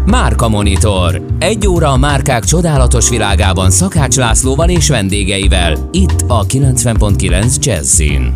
Márka Monitor. Egy óra a márkák csodálatos világában Szakács Lászlóval és vendégeivel. Itt a 90.9 Jazzin.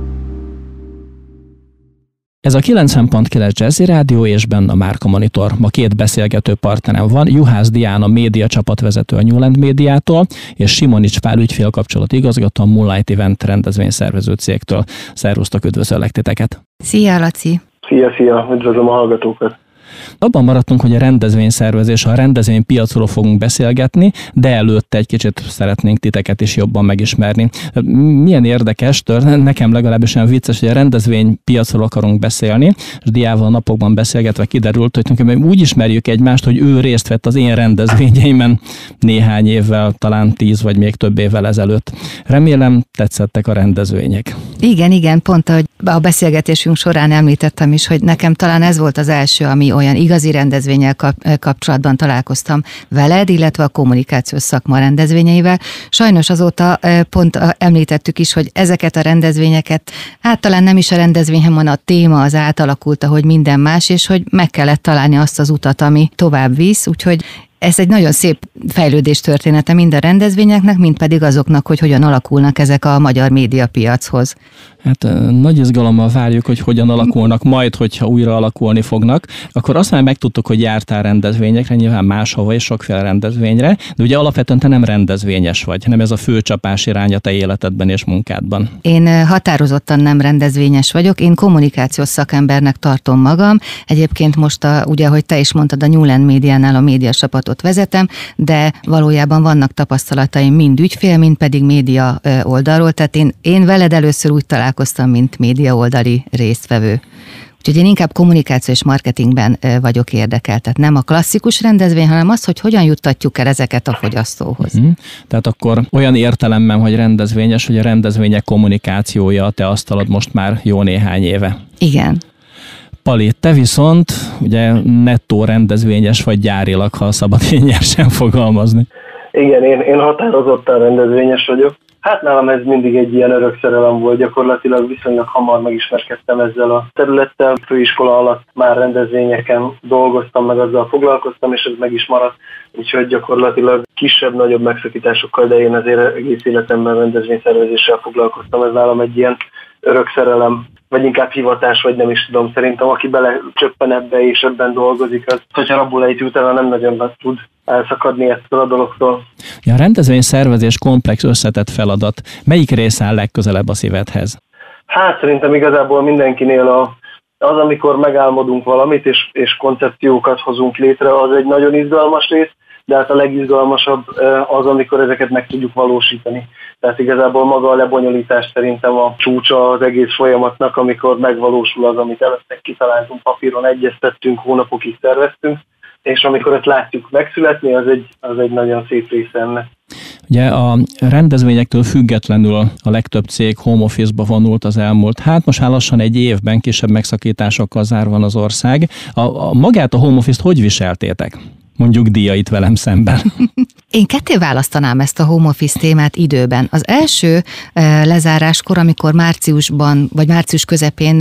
Ez a 90.9 Jazzy Rádió és benne a Márka Monitor. Ma két beszélgető partnerem van, Juhász Diana média csapatvezető a Newland Médiától, és Simonics Pál ügyfélkapcsolati igazgató a Moonlight Event rendezvényszervező cégtől. Szervusztok, üdvözöllek titeket! Szia, Laci! Szia! Üdvözlöm a hallgatókat! Abban maradtunk, hogy a rendezvényszervezés, a rendezvénypiacról fogunk beszélgetni, de előtte egy kicsit szeretnénk titeket is jobban megismerni. Milyen érdekes, nekem legalábbis olyan vicces, hogy a rendezvénypiacról akarunk beszélni, és Diával napokban beszélgetve kiderült, hogy úgy ismerjük egymást, hogy ő részt vett az én rendezvényeimen néhány évvel, talán 10 vagy még több évvel ezelőtt. Remélem tetszettek a rendezvények. Igen, pont ahogy a beszélgetésünk során említettem is, hogy nekem talán ez volt az első, ami olyan igazi rendezvénnyel kapcsolatban találkoztam veled, illetve a kommunikációs szakma rendezvényeivel. Sajnos azóta pont említettük is, hogy ezeket a rendezvényeket, hát talán nem is a rendezvény, hanem a téma az átalakult, ahogy minden más, és hogy meg kellett találni azt az utat, ami tovább visz, úgyhogy ez egy nagyon szép fejlődés története mind a rendezvényeknek, mind pedig azoknak, hogy hogyan alakulnak ezek a magyar médiapiachoz. Hát nagy izgalommal várjuk, hogy hogyan alakulnak majd, hogyha újra alakulni fognak. Akkor azt már megtudtuk, hogy jártál rendezvényekre, nyilván máshova és sokféle rendezvényre, de ugye alapvetően te nem rendezvényes vagy, nem ez a fő csapás irány a te életedben és munkádban. Én határozottan nem rendezvényes vagyok, én kommunikációs szakembernek tartom magam. Egyébként most, ugye, ahogy te is mondtad, a Newland Médiánál a médiacsapatot vezetem, de valójában vannak tapasztalataim mind ügyfél, mind pedig média oldalról, tehát én veled először úgy találkoztam, mint média oldali résztvevő. Úgyhogy én inkább kommunikáció és marketingben vagyok érdekelt. Tehát nem a klasszikus rendezvény, hanem az, hogy hogyan juttatjuk el ezeket a fogyasztóhoz. Tehát akkor olyan értelemben, hogy rendezvényes, hogy a rendezvények kommunikációja a te asztalod most már jó néhány éve. Igen. Pali, te viszont ugye nettó rendezvényes vagy gyárilag, ha szabad én nyersen fogalmazni. Igen, én határozottan rendezvényes vagyok. Hát nálam ez mindig egy ilyen örök szerelem volt, gyakorlatilag viszonylag hamar megismerkedtem ezzel a területtel. Főiskola alatt már rendezvényeken dolgoztam, meg azzal foglalkoztam, és ez meg is maradt. Úgyhogy gyakorlatilag kisebb-nagyobb megszakításokkal, de én azért egész életemben rendezvényszervezéssel foglalkoztam. Ez nálam egy ilyen örök szerelem, vagy inkább hivatás, vagy nem is tudom. Szerintem aki belecsöppen ebbe és ebben dolgozik, az, hogyha abból egy utána nem nagyon tud elszakadni ettől a dologtól. Ja, a rendezvényszervezés komplex összetett feladat. Melyik rész áll legközelebb a szívedhez? Hát szerintem igazából mindenkinél az, amikor megálmodunk valamit, és koncepciókat hozunk létre, az egy nagyon izgalmas rész, de hát a legizgalmasabb az, amikor ezeket meg tudjuk valósítani. Tehát igazából maga a lebonyolítás szerintem a csúcsa az egész folyamatnak, amikor megvalósul az, amit előtte kitaláltunk papíron, egyeztettünk, hónapokig szerveztünk, és amikor ezt látjuk megszületni, az egy nagyon szép része ennek. Ugye a rendezvényektől függetlenül a legtöbb cég home office-ba vonult az elmúlt, most már lassan egy évben kisebb megszakításokkal zárva az ország. Magát a home office-t hogy viseltétek? Mondjuk Díjait velem szemben. Én ketté választanám ezt a home office témát időben. Az első lezáráskor, amikor márciusban, vagy március közepén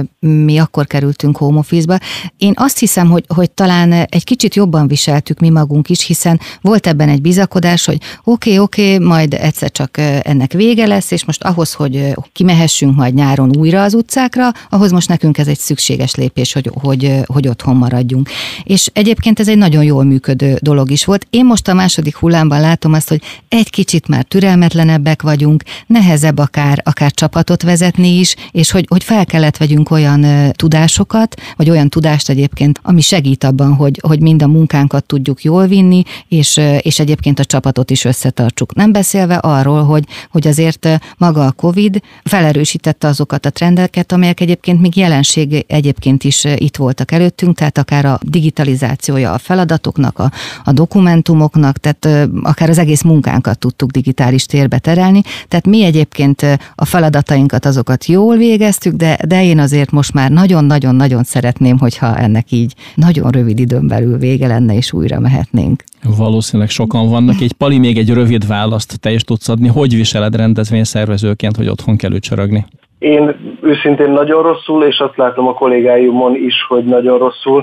mi akkor kerültünk home office-ba, én azt hiszem, hogy talán egy kicsit jobban viseltük mi magunk is, hiszen volt ebben egy bizakodás, hogy oké, majd egyszer csak ennek vége lesz, és most ahhoz, hogy kimehessünk majd nyáron újra az utcákra, ahhoz most nekünk ez egy szükséges lépés, hogy otthon maradjunk. És egyébként ez egy nagyon jól működő dolog is volt. Én most a második hullámban látom azt, hogy egy kicsit már türelmetlenebbek vagyunk, nehezebb akár csapatot vezetni is, és hogy fel kellett vegyünk olyan tudásokat, vagy olyan tudást egyébként, ami segít abban, hogy mind a munkánkat tudjuk jól vinni, és egyébként a csapatot is összetartsuk. Nem beszélve arról, hogy azért maga a Covid felerősítette azokat a trendeket, amelyek egyébként még jelenség egyébként is itt voltak előttünk, tehát akár a digitalizációja a feladatoknak, a dokumentumoknak, tehát akár az egész munkánkat tudtuk digitális térbe terelni, tehát mi egyébként a feladatainkat azokat jól végeztük, de én azért most már nagyon-nagyon-nagyon szeretném, hogyha ennek így nagyon rövid időn belül vége lenne, és újra mehetnénk. Valószínűleg sokan vannak. Pali, még egy rövid választ te is tudsz adni. Hogy viseled rendezvényszervezőként, hogy otthon kell ücsörögni? Én őszintén nagyon rosszul, és azt látom a kollégáimon is, hogy nagyon rosszul.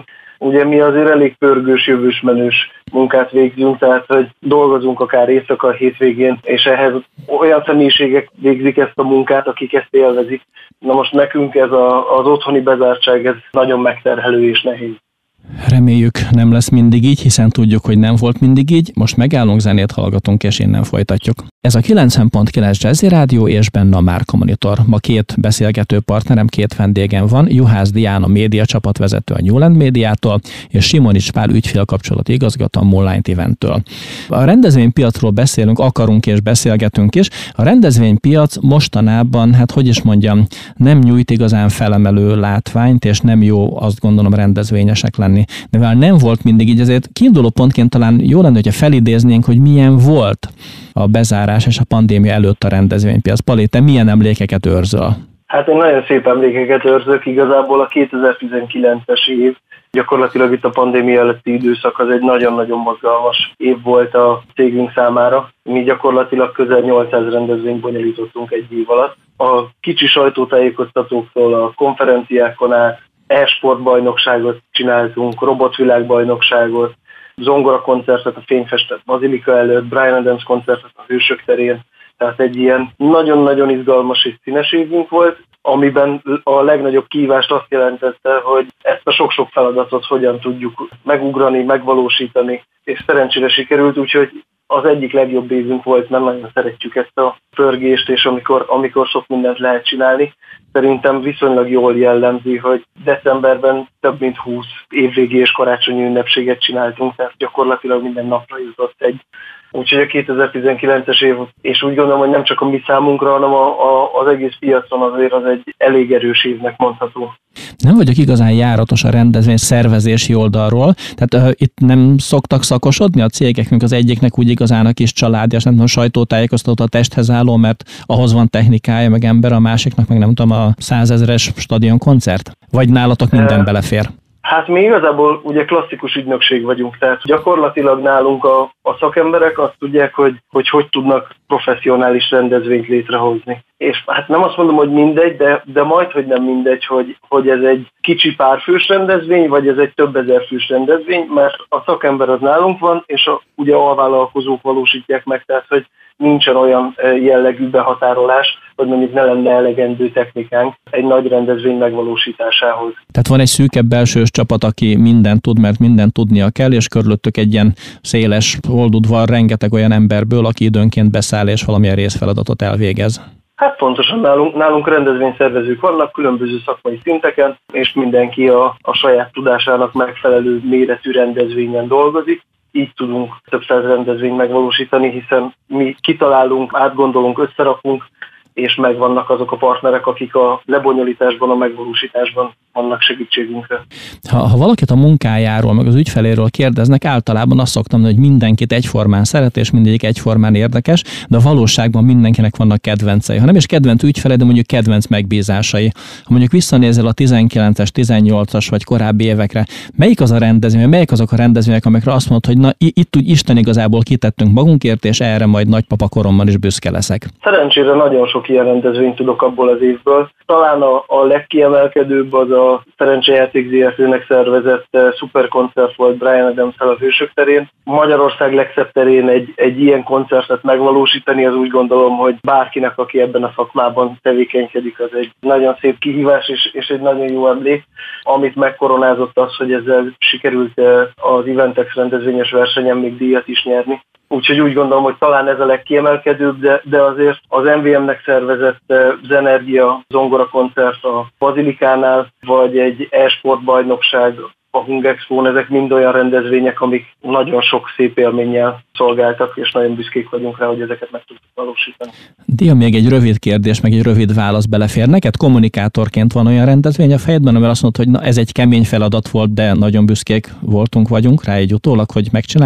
Ugye mi azért elég pörgős, jövős, menős munkát végzünk, tehát hogy dolgozunk akár éjszaka, hétvégén, és ehhez olyan személyiségek végzik ezt a munkát, akik ezt élvezik. Na most nekünk ez az otthoni bezártság, ez nagyon megterhelő és nehéz. Reméljük, nem lesz mindig így, hiszen tudjuk, hogy nem volt mindig így. Most megállunk, zenét hallgatunk, és innen folytatjuk. Ez a 90.9 Jazzy Rádió, és benne a Márka Monitor. Ma két beszélgető partnerem, két vendégem van, Juhász Diana média csapatvezető a Newland médiától, és Simonics Pál ügyfélkapcsolati igazgató a Moonlight Eventtől. A rendezvénypiacról beszélünk, akarunk és beszélgetünk is. A rendezvénypiac mostanában, hát hogy is mondjam, nem nyújt igazán felemelő látványt, és nem jó, azt gondolom, rendezvényesek lenni. De mivel nem volt mindig így, ezért kiinduló pontként talán jó lenne, hogyha felidéznénk, hogy milyen volt a bezárás és a pandémia előtt a rendezvénypiac. Pali, te milyen emlékeket őrzöl? Hát én nagyon szép emlékeket őrzök, igazából a 2019-es év, gyakorlatilag itt a pandémia előtti időszak az egy nagyon-nagyon mozgalmas év volt a cégünk számára. Mi gyakorlatilag közel 800 rendezvényt bonyolítottunk egy év alatt. A kicsi sajtótájékoztatóktól a konferenciákon át e-sportbajnokságot csináltunk, robotvilágbajnokságot, zongorakoncertet a Fényfestett Bazilika előtt, Bryan Adams koncertet a Hősök terén. Tehát egy ilyen nagyon-nagyon izgalmas és színes évünk volt, amiben a legnagyobb kihívást azt jelentette, hogy ezt a sok-sok feladatot hogyan tudjuk megugrani, megvalósítani, és szerencsére sikerült, úgyhogy az egyik legjobb évünk volt, mert nagyon szeretjük ezt a pörgést, és amikor sok mindent lehet csinálni. Szerintem viszonylag jól jellemzi, hogy decemberben több mint 20 évvégi és karácsonyi ünnepséget csináltunk, tehát gyakorlatilag minden napra jutott egy. Úgyhogy a 2019-es év, és úgy gondolom, hogy nem csak a mi számunkra, hanem az egész piacon azért az egy elég erős évnek mondható. Nem vagyok igazán járatos a rendezvény szervezési oldalról, tehát itt nem szoktak szakosodni a cégeknek, az egyiknek úgy igazán a kis családjas, nem tudom, sajtótájékoztató a testhez álló, mert ahhoz van technikája, meg ember, a másiknak meg nem tudom, a 100 000-es stadion koncert? Vagy nálatok minden belefér? Hát mi igazából ugye klasszikus ügynökség vagyunk, tehát gyakorlatilag nálunk a szakemberek azt tudják, hogy tudnak professzionális rendezvényt létrehozni. És hát nem azt mondom, hogy mindegy, de majdhogy nem mindegy, hogy ez egy kicsi párfős rendezvény, vagy ez egy több ezer fős rendezvény, mert a szakember az nálunk van, és ugye alvállalkozók valósítják meg, tehát hogy nincsen olyan jellegű behatárolás, hogy mondjuk ne lenne elegendő technikánk egy nagy rendezvény megvalósításához. Tehát van egy szűkebb belsős csapat, aki mindent tud, mert mindent tudnia kell, és körülöttük egy ilyen széles holdudvar rengeteg olyan emberből, aki időnként beszáll és valamilyen részfeladatot elvégez. Hát pontosan nálunk rendezvényszervezők vannak különböző szakmai szinteken, és mindenki a saját tudásának megfelelő méretű rendezvényen dolgozik. Így tudunk több száz rendezvényt megvalósítani, hiszen mi kitalálunk, átgondolunk, összerakunk, és megvannak azok a partnerek, akik a lebonyolításban, a megvalósításban vannak segítségünkre. Ha valakit a munkájáról, meg az ügyfeléről kérdeznek, általában azt szoktam, hogy mindenkit egyformán szeret, és mindegyik egyformán érdekes, de a valóságban mindenkinek vannak kedvencei. Ha nem is kedvenc ügyfele, de mondjuk kedvenc megbízásai. Ha mondjuk visszanézel a 19-es, 18-as vagy korábbi évekre, melyik az a rendezvény, melyik azok a rendezvények, amikre azt mondod, hogy na itt úgy Isten igazából kitettünk magunkért, és erre majd nagypapa koromban is büszke leszek. Szerencsére nagyon sok ilyen rendezvényt tudok abból az évből. Talán a legkiemelkedőbb az a Szerencsejáték Zrt-nek szervezett szuperkoncert volt Bryan Adams-szel a Hősök terén. Magyarország legszebb terén egy ilyen koncertet megvalósítani, az úgy gondolom, hogy bárkinek, aki ebben a szakmában tevékenykedik, az egy nagyon szép kihívás és egy nagyon jó emlék. Amit megkoronázott az, hogy ezzel sikerült az Eventex rendezvényes versenyen még díjat is nyerni. Úgyhogy úgy gondolom, hogy talán ez a legkiemelkedőbb, de azért az MVM-nek szervezett Zenergia zongorakoncert a Bazilikánál, vagy egy e-sportbajnokság a Hungexpón, ezek mind olyan rendezvények, amik nagyon sok szép élménnyel szolgáltak, és nagyon büszkék vagyunk rá, hogy ezeket meg tudjuk valósítani. Dia, még egy rövid kérdés, meg egy rövid válasz belefér. Neked kommunikátorként van olyan rendezvény a fejedben, amivel azt mondod, hogy na, ez egy kemény feladat volt, de nagyon büszkék vagyunk rá így utólag, hogy megcsináltok?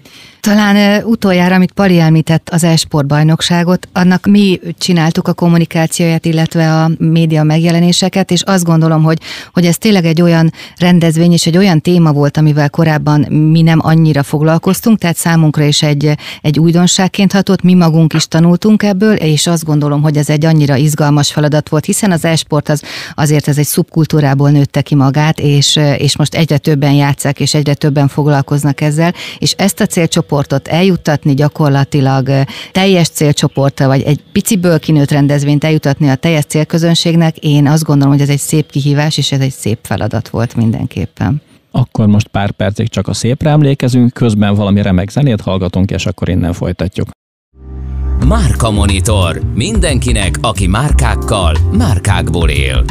Talán utoljára, amit Pali említett, az e-sportbajnokságot, annak mi csináltuk a kommunikációját, illetve a média megjelenéseket, és azt gondolom, hogy ez tényleg egy olyan rendezvény és egy olyan téma volt, amivel korábban mi nem annyira foglalkoztunk, tehát számunkra is egy újdonságként hatott, mi magunk is tanultunk ebből, és azt gondolom, hogy ez egy annyira izgalmas feladat volt, hiszen az e-sport azért ez egy szubkultúrából nőtte ki magát, és most egyre többen játsszák, és egyre többen foglalkoznak ezzel, és ezt a célcsoportot eljuttatni gyakorlatilag teljes célcsoportra, vagy egy piciből kinőtt rendezvényt eljutatni a teljes célközönségnek, én azt gondolom, hogy ez egy szép kihívás, és ez egy szép feladat volt mindenképpen. Akkor most pár percig csak a szépre emlékezünk, közben valami remek zenét hallgatunk, és akkor innen folytatjuk. Márka Monitor. Mindenkinek, aki márkákkal, márkákból él.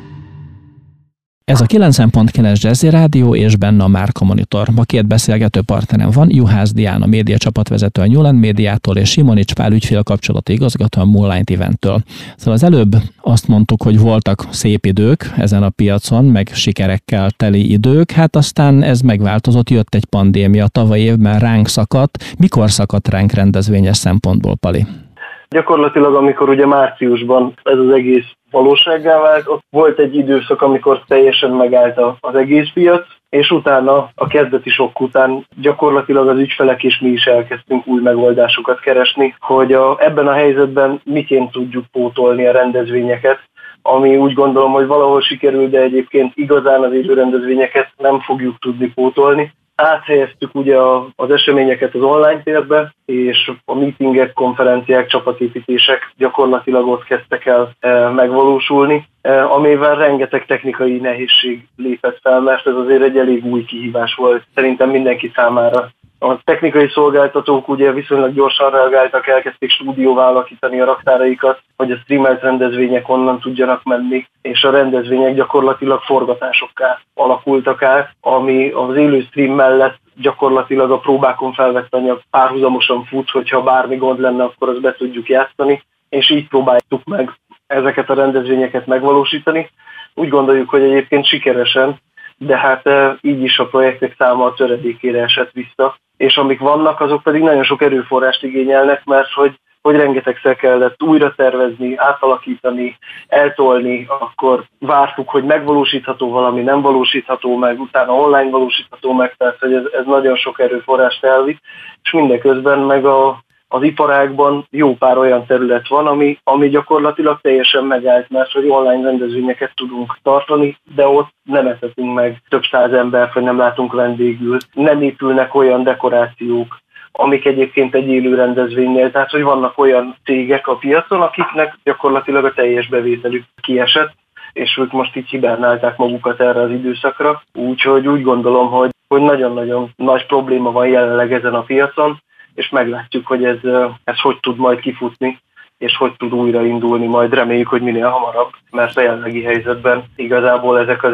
Ez a 90.9 Jazzy Rádió, és benne a Márka Monitor. Ma két beszélgető partnerem van, Juhász Diana média csapatvezető a Newland Médiától, és Simonics Pál ügyfélkapcsolati igazgató a Moonlight Eventtől. Szóval az előbb azt mondtuk, hogy voltak szép idők ezen a piacon, meg sikerekkel teli idők, hát aztán ez megváltozott, jött egy pandémia, tavaly évben ránk szakadt. Mikor szakadt ránk rendezvényes szempontból, Pali? Gyakorlatilag, amikor ugye márciusban ez az egész valósággá vált, ott volt egy időszak, amikor teljesen megállt az egész piac, és utána, a kezdeti sok után gyakorlatilag az ügyfelek és mi is elkezdtünk új megoldásokat keresni, hogy ebben a helyzetben miként tudjuk pótolni a rendezvényeket, ami úgy gondolom, hogy valahol sikerül, de egyébként igazán az élő rendezvényeket nem fogjuk tudni pótolni. Áthelyeztük ugye az eseményeket az online térbe, és a meetingek, konferenciák, csapatépítések gyakorlatilag ott kezdtek el megvalósulni, amivel rengeteg technikai nehézség lépett fel, mert ez azért egy elég új kihívás volt szerintem mindenki számára. A technikai szolgáltatók ugye viszonylag gyorsan reagáltak, elkezdték stúdióvá alakítani a raktáraikat, hogy a streamelt rendezvények onnan tudjanak menni, és a rendezvények gyakorlatilag forgatásokká alakultak át, ami az élő stream mellett gyakorlatilag a próbákon felvett anyag párhuzamosan fut, hogyha bármi gond lenne, akkor azt be tudjuk játszani, és így próbáltuk meg ezeket a rendezvényeket megvalósítani. Úgy gondoljuk, hogy egyébként sikeresen, de hát így is a projektek száma a töredékére esett vissza, és amik vannak, azok pedig nagyon sok erőforrást igényelnek, mert hogy rengetegszer kellett újra tervezni, átalakítani, eltolni, akkor vártuk, hogy megvalósítható valami, nem valósítható meg, utána online valósítható meg, tehát hogy ez nagyon sok erőforrást elvitt, és mindeközben meg az iparágban jó pár olyan terület van, ami gyakorlatilag teljesen megállt, mert hogy online rendezvényeket tudunk tartani, de ott nem etetünk meg több száz embert, vagy nem látunk vendégül, nem épülnek olyan dekorációk, amik egyébként egy élő rendezvénynél, tehát hogy vannak olyan cégek a piacon, akiknek gyakorlatilag a teljes bevételük kiesett, és ők most így hibernálták magukat erre az időszakra, úgyhogy úgy gondolom, hogy nagyon-nagyon nagy probléma van jelenleg ezen a piacon, és meglátjuk, hogy ez hogy tud majd kifutni, és hogy tud újraindulni, majd reméljük, hogy minél hamarabb, mert a jelenlegi helyzetben igazából ezek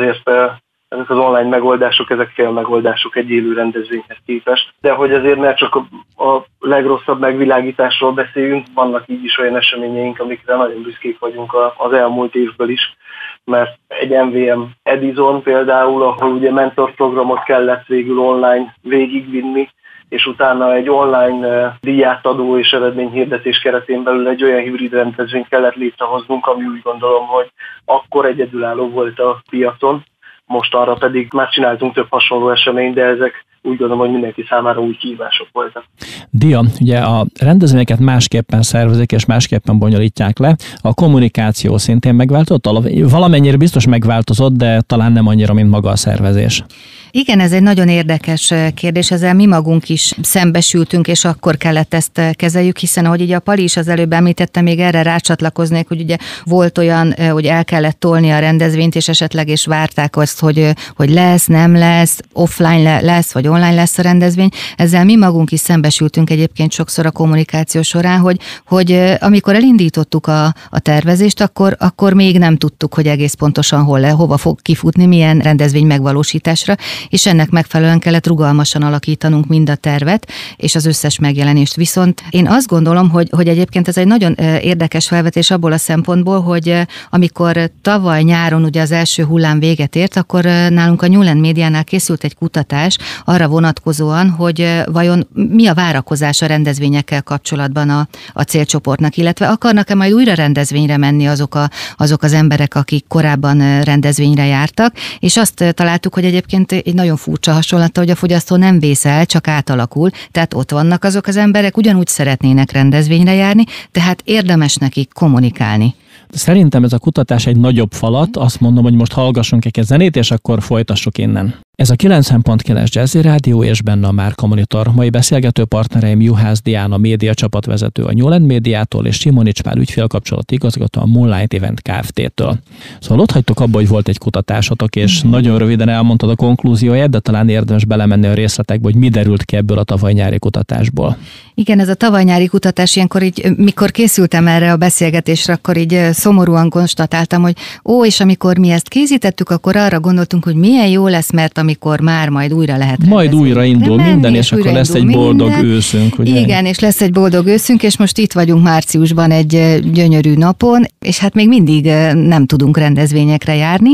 az online megoldások, ezek félmegoldások egy élő rendezvényhez képest. De hogy azért ne csak a legrosszabb megvilágításról beszéljünk, vannak így is olyan eseményeink, amikre nagyon büszkék vagyunk az elmúlt évből is, mert egy MVM Edison például, ahol ugye mentorprogramot kellett végül online végigvinni, és utána egy online díjátadó és eredményhirdetés keretén belül egy olyan hibrid rendezvényt kellett létrehoznunk, ami úgy gondolom, hogy akkor egyedülálló volt a piacon. Most arra pedig már csináltunk több hasonló eseményt, de ezek úgy gondolom, hogy mindenki számára új kihívások voltak. Dia, ugye a rendezvényeket másképpen szervezik és másképpen bonyolítják le. A kommunikáció szintén megváltozott? Valamennyire biztos megváltozott, de talán nem annyira, mint maga a szervezés. Igen, ez egy nagyon érdekes kérdés, ezzel mi magunk is szembesültünk, és akkor kellett ezt kezeljük, hiszen ahogy így a Pali is az előbb említette, még erre rácsatlakoznék, hogy ugye volt olyan, hogy el kellett tolni a rendezvényt, és esetleg is várták azt, hogy lesz, nem lesz, offline lesz, vagy online lesz a rendezvény. Ezzel mi magunk is szembesültünk egyébként sokszor a kommunikáció során, hogy amikor elindítottuk a tervezést, akkor még nem tudtuk, hogy egész pontosan hova fog kifutni, milyen rendezvény megvalósításra, és ennek megfelelően kellett rugalmasan alakítanunk mind a tervet, és az összes megjelenést. Viszont én azt gondolom, hogy egyébként ez egy nagyon érdekes felvetés abból a szempontból, hogy amikor tavaly nyáron ugye az első hullám véget ért, akkor nálunk a Newland Médiánál készült egy kutatás arra vonatkozóan, hogy vajon mi a várakozás a rendezvényekkel kapcsolatban a célcsoportnak, illetve akarnak-e majd újra rendezvényre menni azok az emberek, akik korábban rendezvényre jártak, és azt találtuk, hogy egyébként egy nagyon furcsa hasonlata, hogy a fogyasztó nem vész el, csak átalakul, tehát ott vannak azok az emberek, ugyanúgy szeretnének rendezvényre járni, tehát érdemes nekik kommunikálni. Szerintem ez a kutatás egy nagyobb falat, azt mondom, hogy most hallgassunk egy zenét, és akkor folytassuk innen. Ez a 90.9 Jazzy Rádió, és benne a Márka Monitor. Mai beszélgető partnereim Juhász Diana média csapatvezető a Newland Médiától, és Simonics Pál ügyfélkapcsolati igazgató a Moonlight Event Kft-től. Szóval ott hagytok abba, hogy volt egy kutatásotok, és nagyon röviden elmondtad a konklúzióját, de talán érdemes belemenni a részletekbe, hogy mi derült ki ebből a tavaly nyári kutatásból. Igen, ez a tavaly nyári kutatás, ilyenkor így, mikor készültem erre a beszélgetésre, akkor így szomorúan konstatáltam, hogy és amikor mi ezt készítettük, akkor arra gondoltunk, hogy milyen jó lesz, mert amikor már majd újra lehet majd újra indul minden, és akkor lesz egy boldog őszünk. Ugye? Igen, és lesz egy boldog őszünk, és most itt vagyunk márciusban egy gyönyörű napon, és hát még mindig nem tudunk rendezvényekre járni,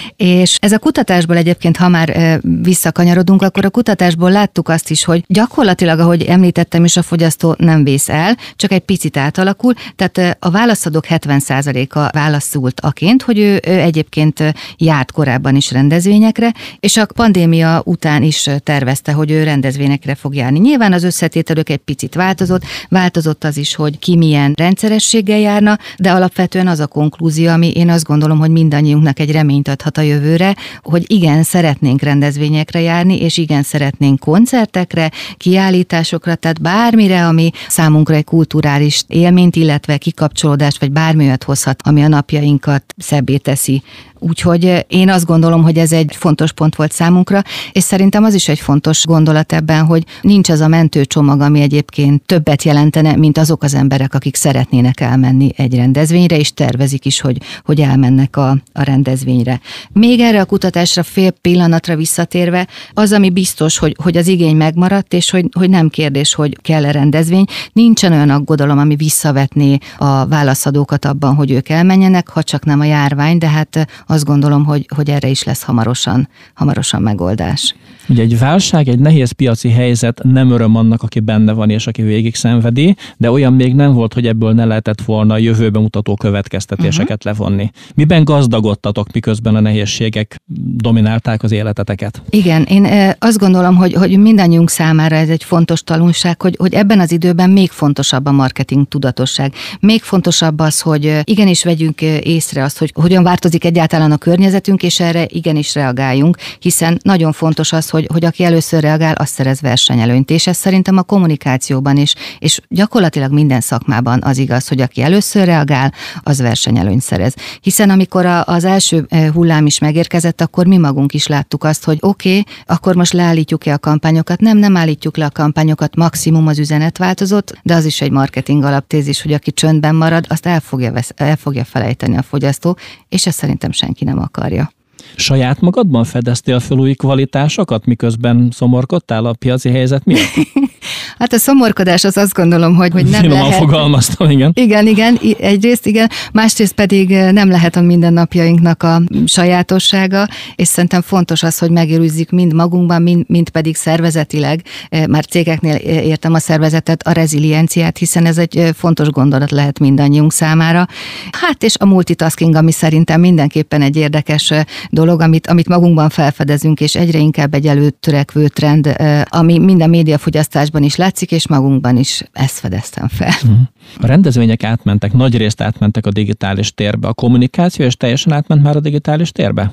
és ez a kutatásból egyébként, ha már visszakanyarodunk, akkor a kutatásból láttuk azt is, hogy gyakorlatilag, ahogy említettem is, a fogyasztó nem vész el, csak egy picit átalakul, tehát a válaszadók 70%-a válaszolt aként, hogy ő egyébként járt korábban is rendezvényekre, és a pandémia után is tervezte, hogy ő rendezvényekre fog járni. Nyilván az összetételük egy picit változott az is, hogy ki milyen rendszerességgel járna, de alapvetően az a konklúzió, ami én azt gondolom, hogy mindannyiunknak egy reményt adhat a jövőre, hogy igen, szeretnénk rendezvényekre járni, és igen, szeretnénk koncertekre, kiállításokra, tehát bármire, ami számunkra egy kulturális élményt, illetve kikapcsolódást, vagy bármi olyat hozhat, ami a napjainkat szebbé teszi. Úgyhogy én azt gondolom, hogy ez egy fontos pont volt számunkra, és szerintem az is egy fontos gondolat ebben, hogy nincs az a mentőcsomag, ami egyébként többet jelentene, mint azok az emberek, akik szeretnének elmenni egy rendezvényre, és tervezik is, hogy elmennek a rendezvényre. Még erre a kutatásra fél pillanatra visszatérve, az, ami biztos, hogy az igény megmaradt, és hogy nem kérdés, hogy kell-e rendezvény, nincsen olyan aggodalom, ami visszavetné a válaszadókat abban, hogy ők elmenjenek, ha csak nem a járvány, de hát azt gondolom, hogy erre is lesz hamarosan megoldás. Ugye egy válság, egy nehéz piaci helyzet nem öröm annak, aki benne van és aki végig szenvedi, de olyan még nem volt, hogy ebből ne lehetett volna a jövőbe mutató következtetéseket levonni. Miben gazdagodtatok, miközben a nehézségek dominálták az életeteket? Igen, én azt gondolom, hogy mindannyiunk számára ez egy fontos tanulság, hogy ebben az időben még fontosabb a marketing tudatosság. Még fontosabb az, hogy igenis vegyünk észre azt, hogy hogyan változik egyáltalán a környezetünk, és erre igenis reagáljunk, hiszen nagyon fontos az, hogy aki először reagál, az szerez versenyelőnyt, és ez szerintem a kommunikációban is, és gyakorlatilag minden szakmában az igaz, hogy aki először reagál, az versenyelőnyt szerez. Hiszen amikor az első hullám is megérkezett, akkor mi magunk is láttuk azt, hogy oké, akkor most leállítjuk-e a kampányokat? Nem állítjuk le a kampányokat, maximum az üzenet változott, de az is egy marketing alaptézis, hogy aki csöndben marad, azt el fogja felejteni a fogyasztó, és ezt szerintem senki nem akarja. Saját magadban fedeztél fel új kvalitásokat, miközben szomorkodtál a piaci helyzet miatt? Hát a szomorkodás az azt gondolom, hogy nem finoman lehet. Fogalmaztam, igen. Igen, egyrészt igen, másrészt pedig nem lehet a mindennapjainknak a sajátossága, és szerintem fontos az, hogy megőrizzük mind magunkban, mind pedig szervezetileg, már cégeknél értem a szervezetet, a rezilienciát, hiszen ez egy fontos gondolat lehet mindannyiunk számára. Hát és a multitasking, ami szerintem mindenképpen egy érdekes dolog, amit magunkban felfedezünk, és egyre inkább egy előtörekvő trend, ami minden médiafogyasztásban is látszik, és magunkban is ezt fedeztem fel. A rendezvények nagyrészt átmentek a digitális térbe. A kommunikáció és teljesen átment már a digitális térbe?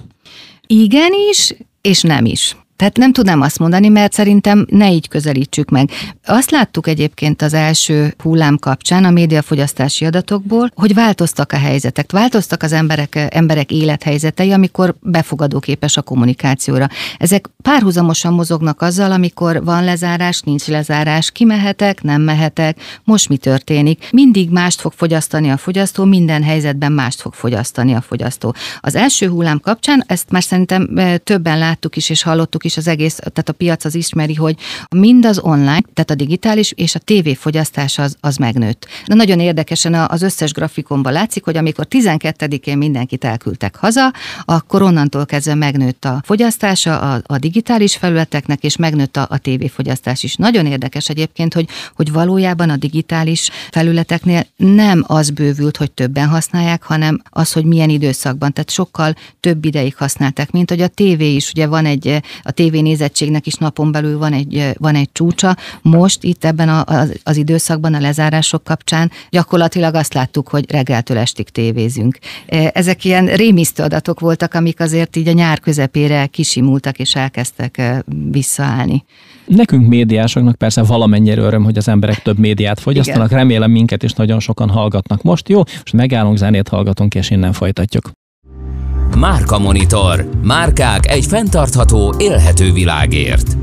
Igenis, és nem is. Tehát nem tudnám azt mondani, mert szerintem ne így közelítsük meg. Azt láttuk egyébként az első hullám kapcsán a médiafogyasztási adatokból, hogy változtak a helyzetek, változtak az emberek élethelyzetei, amikor befogadóképes a kommunikációra. Ezek párhuzamosan mozognak azzal, amikor van lezárás, nincs lezárás, kimehetek, nem mehetek, most mi történik. Mindig mást fog fogyasztani a fogyasztó, minden helyzetben mást fog fogyasztani a fogyasztó. Az első hullám kapcsán ezt már szerintem többen láttuk is és hallottuk is, is az egész, tehát a piac az ismeri, hogy mind az online, tehát a digitális és a tévéfogyasztás az megnőtt. De nagyon érdekesen az összes grafikonban látszik, hogy amikor 12-én mindenkit elküldtek haza, akkor onnantól kezdve megnőtt a fogyasztása a digitális felületeknek, és megnőtt a tévéfogyasztás is. Nagyon érdekes egyébként, hogy valójában a digitális felületeknél nem az bővült, hogy többen használják, hanem az, hogy milyen időszakban, tehát sokkal több ideig használták, mint hogy a tévé is, ugye van a tévénézettségnek is napon belül van egy csúcsa. Most itt ebben az időszakban, a lezárások kapcsán gyakorlatilag azt láttuk, hogy reggeltől estig tévézünk. Ezek ilyen rémisztő adatok voltak, amik azért így a nyár közepére kisimultak és elkezdtek visszaállni. Nekünk médiásoknak persze valamennyire öröm, hogy az emberek több médiát fogyasztanak. Igen. Remélem minket is nagyon sokan hallgatnak most. Jó, most megállunk, zenét hallgatunk, és innen folytatjuk. Márka Monitor. Márkák egy fenntartható, élhető világért.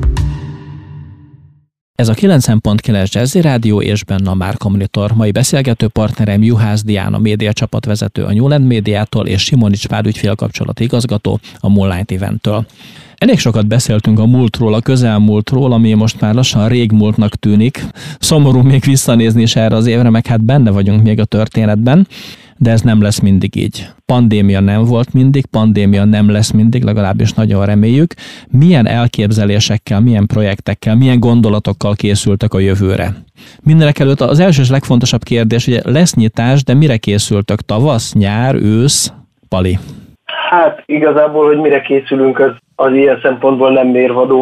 Ez a 90.9 Jazzy Rádió és benne a Márka Monitor. Mai beszélgető partnerem Juhász Diana, média csapatvezető a Newland Médiától, és Simonics Pál ügyfélkapcsolati igazgató a Moonlight Eventtől. Elég sokat beszéltünk a múltról, a közelmúltról, ami most már lassan régmúltnak tűnik. Szomorú még visszanézni is erre az évre, meg hát benne vagyunk még a történetben, de ez nem lesz mindig így. Pandémia nem volt mindig, pandémia nem lesz mindig, legalábbis nagyon reméljük. Milyen elképzelésekkel, milyen projektekkel, milyen gondolatokkal készültek a jövőre? Mindenek előtt az első és legfontosabb kérdés, hogy lesz nyitás, de mire készültök? Tavasz, nyár, ősz? Pali? Hát igazából, hogy mire készülünk, az ilyen szempontból nem mérvadó,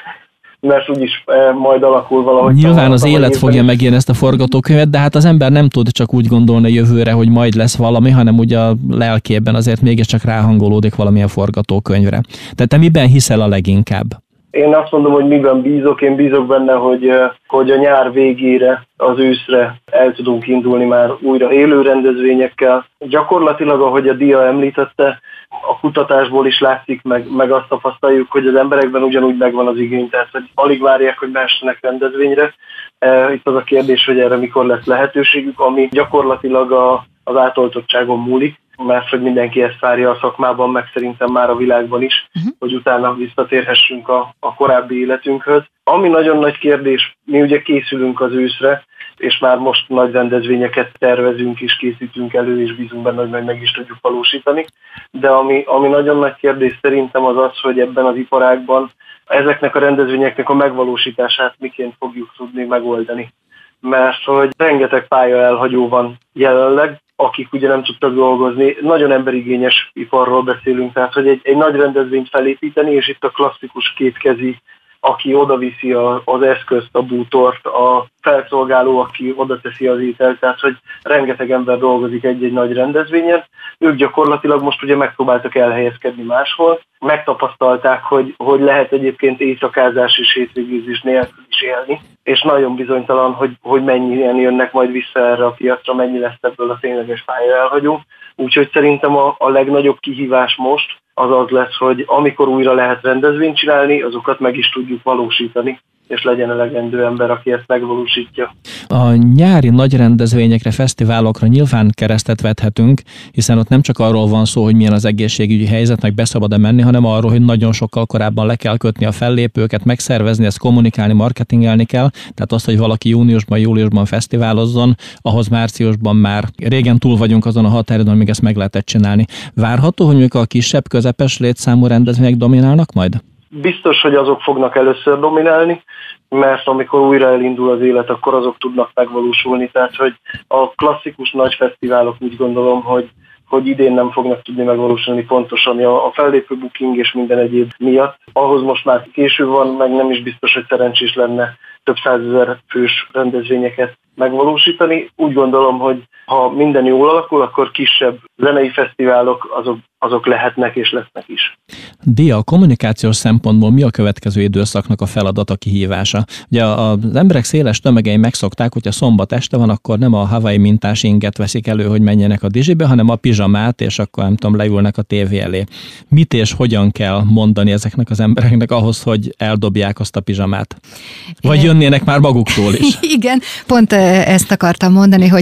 mert úgyis majd alakul valahogy. Nyilván az élet fogja megírni ezt a forgatókönyvet, de hát az ember nem tud csak úgy gondolni a jövőre, hogy majd lesz valami, hanem ugye a lelkében azért mégiscsak ráhangolódik valamilyen forgatókönyvre. Tehát te miben hiszel a leginkább? Én azt mondom, hogy miben bízok. Én bízok benne, hogy a nyár végére, az őszre el tudunk indulni már újra élő rendezvényekkel. Gyakorlatilag, ahogy a Dia említette, a kutatásból is látszik, meg azt tapasztaljuk, hogy az emberekben ugyanúgy megvan az igény, tehát hogy alig várják, hogy mehessenek rendezvényre. Itt az a kérdés, hogy erre mikor lesz lehetőségük, ami gyakorlatilag az átoltottságon múlik, mert hogy mindenki ezt várja a szakmában, meg szerintem már a világban is, hogy utána visszatérhessünk a korábbi életünkhöz. Ami nagyon nagy kérdés, mi ugye készülünk az őszre, és már most nagy rendezvényeket tervezünk és készítünk elő, és bízunk benne, hogy meg is tudjuk valósítani. De ami nagyon nagy kérdés szerintem az az, hogy ebben az iparágban ezeknek a rendezvényeknek a megvalósítását miként fogjuk tudni megoldani. Mert hogy rengeteg pálya elhagyó van jelenleg, akik ugye nem tudtak dolgozni. Nagyon emberigényes iparról beszélünk, tehát hogy egy nagy rendezvényt felépíteni, és itt a klasszikus kétkezi, aki odaviszi az eszközt, a bútort, a felszolgáló, aki oda teszi az ételt, tehát hogy rengeteg ember dolgozik egy-egy nagy rendezvényen. Ők gyakorlatilag most ugye megpróbáltak elhelyezkedni máshol, megtapasztalták, hogy lehet egyébként éjszakázás és hétvégézés nélkül is élni, és nagyon bizonytalan, hogy mennyien jönnek majd vissza erre a piacra, mennyi lesz ebből a tényleges pálya elhagyó. Úgyhogy szerintem a legnagyobb kihívás most az lesz, hogy amikor újra lehet rendezvényt csinálni, azokat meg is tudjuk valósítani, és legyen elegendő ember, aki ezt megvalósítja. A nyári nagy rendezvényekre, fesztiválokra nyilván keresztet vethetünk, hiszen ott nem csak arról van szó, hogy milyen az egészségügyi helyzet, meg beszabad-e menni, hanem arról, hogy nagyon sokkal korábban le kell kötni a fellépőket, megszervezni, ezt kommunikálni, marketingelni kell. Tehát azt, hogy valaki júniusban, júliusban fesztiválozzon, ahhoz márciusban már régen túl vagyunk azon a határidőn, amíg ezt meg lehetett csinálni. Várható, hogy a kisebb, közepes létszámú rendezvények dominálnak majd? Biztos, hogy azok fognak először dominálni, mert amikor újra elindul az élet, akkor azok tudnak megvalósulni. Tehát, hogy a klasszikus nagy fesztiválok úgy gondolom, hogy idén nem fognak tudni megvalósulni pontosan a fellépő booking és minden egyéb miatt. Ahhoz most már késő van, meg nem is biztos, hogy szerencsés lenne több százezer fős rendezvényeket megvalósítani. Úgy gondolom, hogy ha minden jól alakul, akkor kisebb zenei fesztiválok azok lehetnek és lesznek is. Dia, a kommunikációs szempontból mi a következő időszaknak a feladata, kihívása? Ugye az emberek széles tömegei megszokták, hogyha szombat este van, akkor nem a Hawaii mintás inget veszik elő, hogy menjenek a dizsibe, hanem a pizsamát, és akkor nem tudom, leülnek a tévé elé. Mit és hogyan kell mondani ezeknek az embereknek ahhoz, hogy eldobják azt a pizsamát? Vagy jönnének már maguktól is? Igen, pont ezt akartam mondani, hogy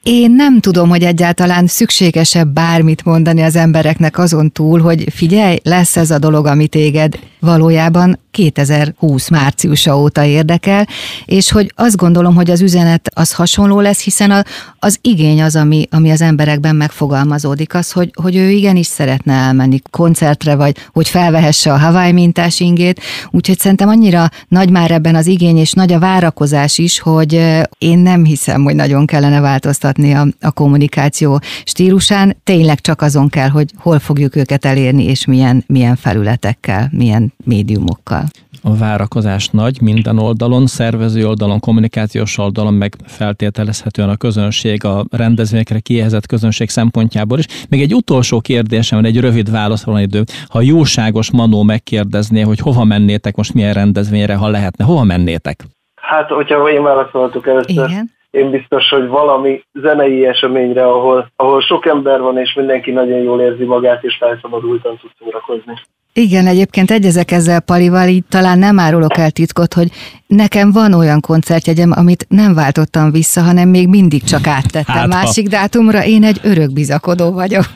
Én nem tudom, hogy egyáltalán szükséges-e bármit mondani az embereknek azon túl, hogy figyelj, lesz ez a dolog, ami téged valójában 2020 márciusa óta érdekel, és hogy azt gondolom, hogy az üzenet az hasonló lesz, hiszen az igény az, ami az emberekben megfogalmazódik, az, hogy ő igenis szeretne elmenni koncertre, vagy hogy felvehesse a Hawaii mintás ingét, úgyhogy szerintem annyira nagy már ebben az igény, és nagy a várakozás is, hogy én nem hiszem, hogy nagyon kellene változtatni a kommunikáció stílusán, tényleg csak azon kell, hogy hol fogjuk őket elérni, és milyen felületekkel, milyen médiumokkal. A várakozás nagy minden oldalon, szervező oldalon, kommunikációs oldalon, meg feltételezhetően a közönség, a rendezvényekre kiehezett közönség szempontjából is. Még egy utolsó kérdésem van, egy rövid válaszra van idő. Ha jóságos Manó megkérdezné, hogy hova mennétek most, milyen rendezvényre, ha lehetne, hova mennétek? Hát, hogyha én válaszolhatok először. Igen. Én biztos, hogy valami zenei eseményre, ahol sok ember van, és mindenki nagyon jól érzi magát, és felszabadultan tud szórakozni. Igen, egyébként egyezek ezzel Palival, így talán nem árulok el titkot, hogy nekem van olyan koncertjegyem, amit nem váltottam vissza, hanem még mindig csak áttettem másik dátumra. Én egy örök bizakodó vagyok.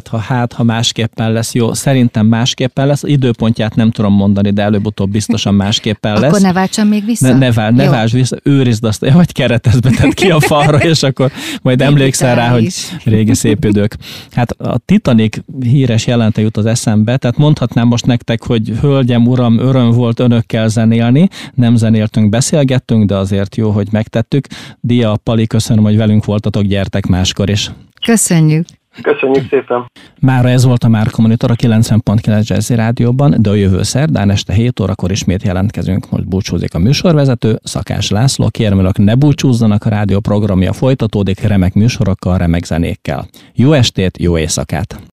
Ha másképpen lesz, jó. Szerintem másképpen lesz. Időpontját nem tudom mondani, de előbb-utóbb biztosan másképpen lesz. Akkor ne váltsam még vissza? Ne váltsd vissza, őrizd azt, vagy keretezbe tedd ki a falra, és akkor majd emlékszel rá, hogy régi szép idők. Hát a Titanic híres jelente jut az eszembe, tehát mondhatnám most nektek, hogy hölgyem, uram, öröm volt önökkel zenélni, nem zenéltünk, beszélgettünk, de azért jó, hogy megtettük. Dia, Pali, köszönöm, hogy velünk voltatok, gyertek máskor is. Köszönjük! Köszönjük szépen! Mára ez volt a Márka Monitor a 90.9 Jazzy Rádióban, de a jövő szerdán este 7 órakor ismét jelentkezünk. Most búcsúzik a műsorvezető, Szakás László. Kérem önök, ne búcsúzzanak, a rádió programja folytatódik remek műsorokkal, remek zenékkel. Jó estét, jó éjszakát!